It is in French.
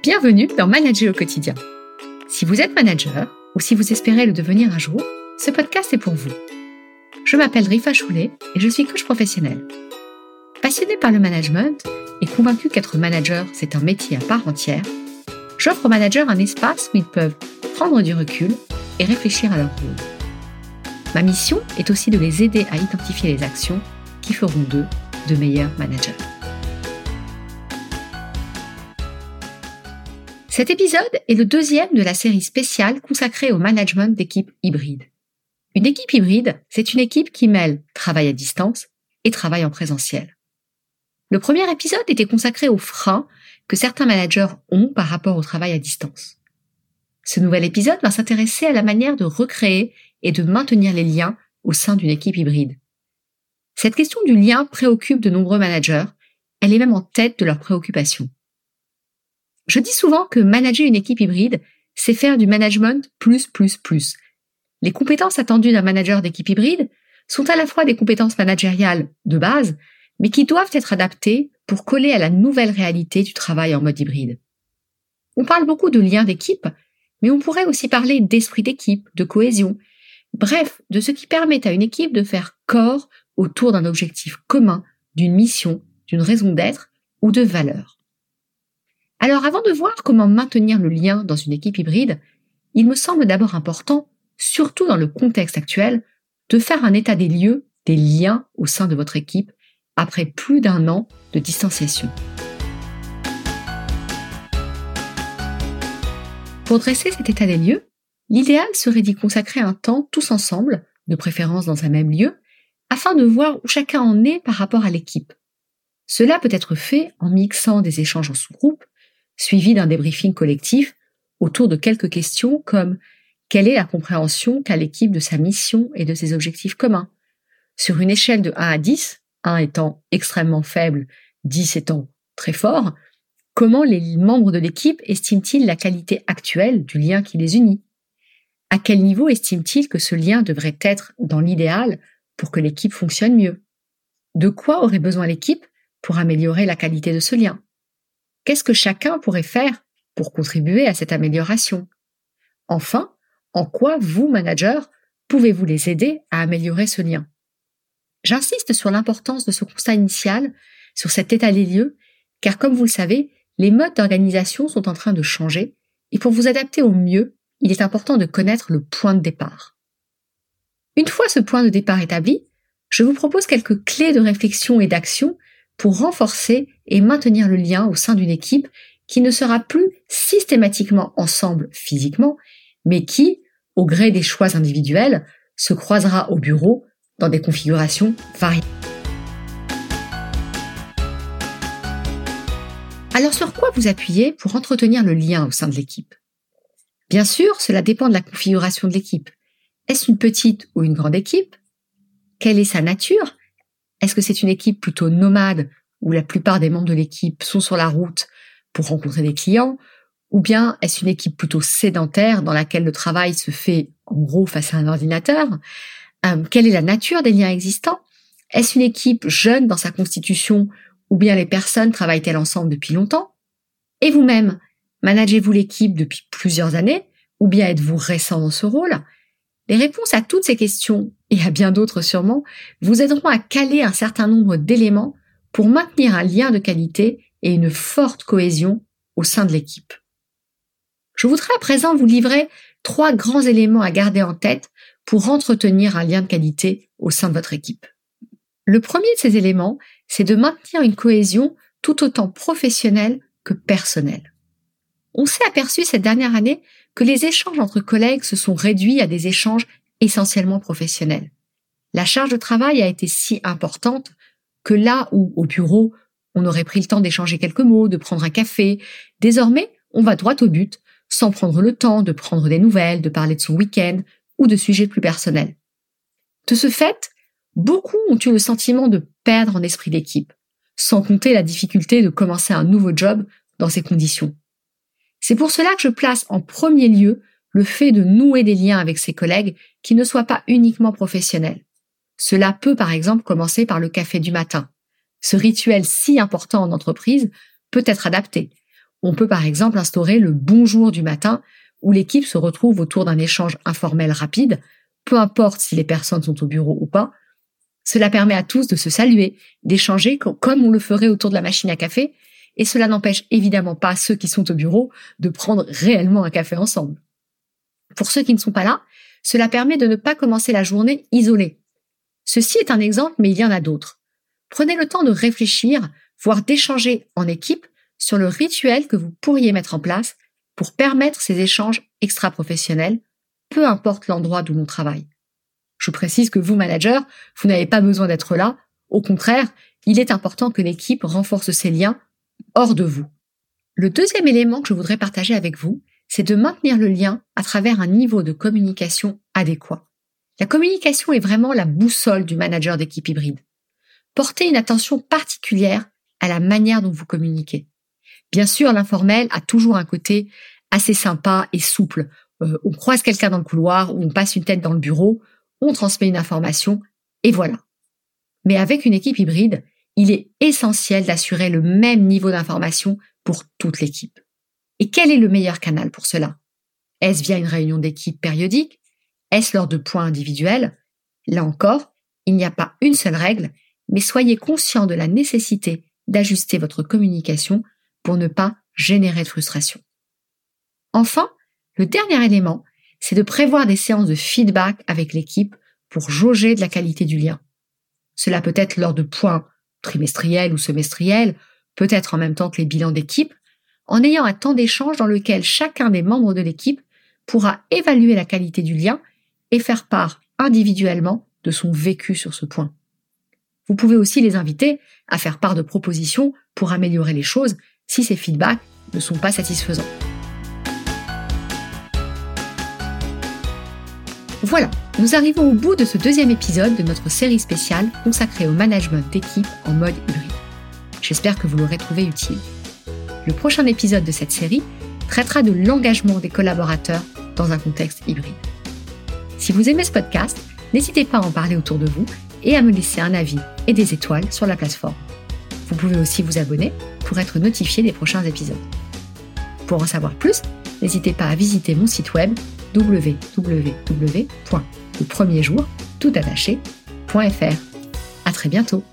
Bienvenue dans Manager au quotidien. Si vous êtes manager ou si vous espérez le devenir un jour, ce podcast est pour vous. Je m'appelle Rifa Choulet et je suis coach professionnel. Passionnée par le management et convaincue qu'être manager, c'est un métier à part entière, j'offre aux managers un espace où ils peuvent prendre du recul et réfléchir à leur rôle. Ma mission est aussi de les aider à identifier les actions qui feront d'eux de meilleurs managers. Cet épisode est le deuxième de la série spéciale consacrée au management d'équipes hybrides. Une équipe hybride, c'est une équipe qui mêle travail à distance et travail en présentiel. Le premier épisode était consacré aux freins que certains managers ont par rapport au travail à distance. Ce nouvel épisode va s'intéresser à la manière de recréer et de maintenir les liens au sein d'une équipe hybride. Cette question du lien préoccupe de nombreux managers, elle est même en tête de leurs préoccupations. Je dis souvent que manager une équipe hybride, c'est faire du management plus. Les compétences attendues d'un manager d'équipe hybride sont à la fois des compétences managériales de base, mais qui doivent être adaptées pour coller à la nouvelle réalité du travail en mode hybride. On parle beaucoup de liens d'équipe, mais on pourrait aussi parler d'esprit d'équipe, de cohésion, bref, de ce qui permet à une équipe de faire corps autour d'un objectif commun, d'une mission, d'une raison d'être ou de valeurs. Alors avant de voir comment maintenir le lien dans une équipe hybride, il me semble d'abord important, surtout dans le contexte actuel, de faire un état des lieux des liens au sein de votre équipe après plus d'1 an de distanciation. Pour dresser cet état des lieux, l'idéal serait d'y consacrer un temps tous ensemble, de préférence dans un même lieu, afin de voir où chacun en est par rapport à l'équipe. Cela peut être fait en mixant des échanges en sous-groupe, suivi d'un débriefing collectif autour de quelques questions comme quelle est la compréhension qu'a l'équipe de sa mission et de ses objectifs communs. Sur une échelle de 1 à 10, 1 étant extrêmement faible, 10 étant très fort, comment les membres de l'équipe estiment-ils la qualité actuelle du lien qui les unit? À quel niveau estiment-ils que ce lien devrait être dans l'idéal pour que l'équipe fonctionne mieux? De quoi aurait besoin l'équipe pour améliorer la qualité de ce lien? Qu'est-ce que chacun pourrait faire pour contribuer à cette amélioration? Enfin, en quoi vous, managers, pouvez-vous les aider à améliorer ce lien? J'insiste sur l'importance de ce constat initial, sur cet état des lieux, car comme vous le savez, les modes d'organisation sont en train de changer, et pour vous adapter au mieux, il est important de connaître le point de départ. Une fois ce point de départ établi, je vous propose quelques clés de réflexion et d'action pour renforcer et maintenir le lien au sein d'une équipe qui ne sera plus systématiquement ensemble physiquement, mais qui, au gré des choix individuels, se croisera au bureau dans des configurations variées. Alors sur quoi vous appuyez pour entretenir le lien au sein de l'équipe? Bien sûr, cela dépend de la configuration de l'équipe. Est-ce une petite ou une grande équipe? Quelle est sa nature? Est-ce que c'est une équipe plutôt nomade où la plupart des membres de l'équipe sont sur la route pour rencontrer des clients? Ou bien est-ce une équipe plutôt sédentaire dans laquelle le travail se fait en gros face à un ordinateur? Quelle est la nature des liens existants? Est-ce une équipe jeune dans sa constitution ou bien les personnes travaillent-elles ensemble depuis longtemps? Et vous-même, managez-vous l'équipe depuis plusieurs années ou bien êtes-vous récent dans ce rôle? Les réponses à toutes ces questions, et à bien d'autres sûrement, vous aideront à caler un certain nombre d'éléments pour maintenir un lien de qualité et une forte cohésion au sein de l'équipe. Je voudrais à présent vous livrer 3 grands éléments à garder en tête pour entretenir un lien de qualité au sein de votre équipe. Le premier de ces éléments, c'est de maintenir une cohésion tout autant professionnelle que personnelle. On s'est aperçu cette dernière année que les échanges entre collègues se sont réduits à des échanges essentiellement professionnels. La charge de travail a été si importante que là où, au bureau, on aurait pris le temps d'échanger quelques mots, de prendre un café, désormais, on va droit au but, sans prendre le temps de prendre des nouvelles, de parler de son week-end ou de sujets plus personnels. De ce fait, beaucoup ont eu le sentiment de perdre en esprit d'équipe, sans compter la difficulté de commencer un nouveau job dans ces conditions. C'est pour cela que je place en premier lieu le fait de nouer des liens avec ses collègues qui ne soient pas uniquement professionnels. Cela peut par exemple commencer par le café du matin. Ce rituel si important en entreprise peut être adapté. On peut par exemple instaurer le bonjour du matin où l'équipe se retrouve autour d'un échange informel rapide, peu importe si les personnes sont au bureau ou pas. Cela permet à tous de se saluer, d'échanger comme on le ferait autour de la machine à café, et cela n'empêche évidemment pas ceux qui sont au bureau de prendre réellement un café ensemble. Pour ceux qui ne sont pas là, cela permet de ne pas commencer la journée isolés. Ceci est un exemple, mais il y en a d'autres. Prenez le temps de réfléchir, voire d'échanger en équipe sur le rituel que vous pourriez mettre en place pour permettre ces échanges extra-professionnels, peu importe l'endroit d'où l'on travaille. Je précise que vous, manager, vous n'avez pas besoin d'être là. Au contraire, il est important que l'équipe renforce ses liens hors de vous. Le deuxième élément que je voudrais partager avec vous, c'est de maintenir le lien à travers un niveau de communication adéquat. La communication est vraiment la boussole du manager d'équipe hybride. Portez une attention particulière à la manière dont vous communiquez. Bien sûr, l'informel a toujours un côté assez sympa et souple. On croise quelqu'un dans le couloir ou on passe une tête dans le bureau, on transmet une information et voilà. Mais avec une équipe hybride, il est essentiel d'assurer le même niveau d'information pour toute l'équipe. Et quel est le meilleur canal pour cela? Est-ce via une réunion d'équipe périodique? Est-ce lors de points individuels? Là encore, il n'y a pas une seule règle, mais soyez conscient de la nécessité d'ajuster votre communication pour ne pas générer de frustration. Enfin, le dernier élément, c'est de prévoir des séances de feedback avec l'équipe pour jauger de la qualité du lien. Cela peut être lors de points trimestriels ou semestriels, peut-être en même temps que les bilans d'équipe, en ayant un temps d'échange dans lequel chacun des membres de l'équipe pourra évaluer la qualité du lien et faire part individuellement de son vécu sur ce point. Vous pouvez aussi les inviter à faire part de propositions pour améliorer les choses si ces feedbacks ne sont pas satisfaisants. Voilà, nous arrivons au bout de ce deuxième épisode de notre série spéciale consacrée au management d'équipe en mode hybride. J'espère que vous l'aurez trouvé utile. Le prochain épisode de cette série traitera de l'engagement des collaborateurs dans un contexte hybride. Si vous aimez ce podcast, n'hésitez pas à en parler autour de vous et à me laisser un avis et des étoiles sur la plateforme. Vous pouvez aussi vous abonner pour être notifié des prochains épisodes. Pour en savoir plus, n'hésitez pas à visiter mon site web www.lepremierjour.fr. À très bientôt.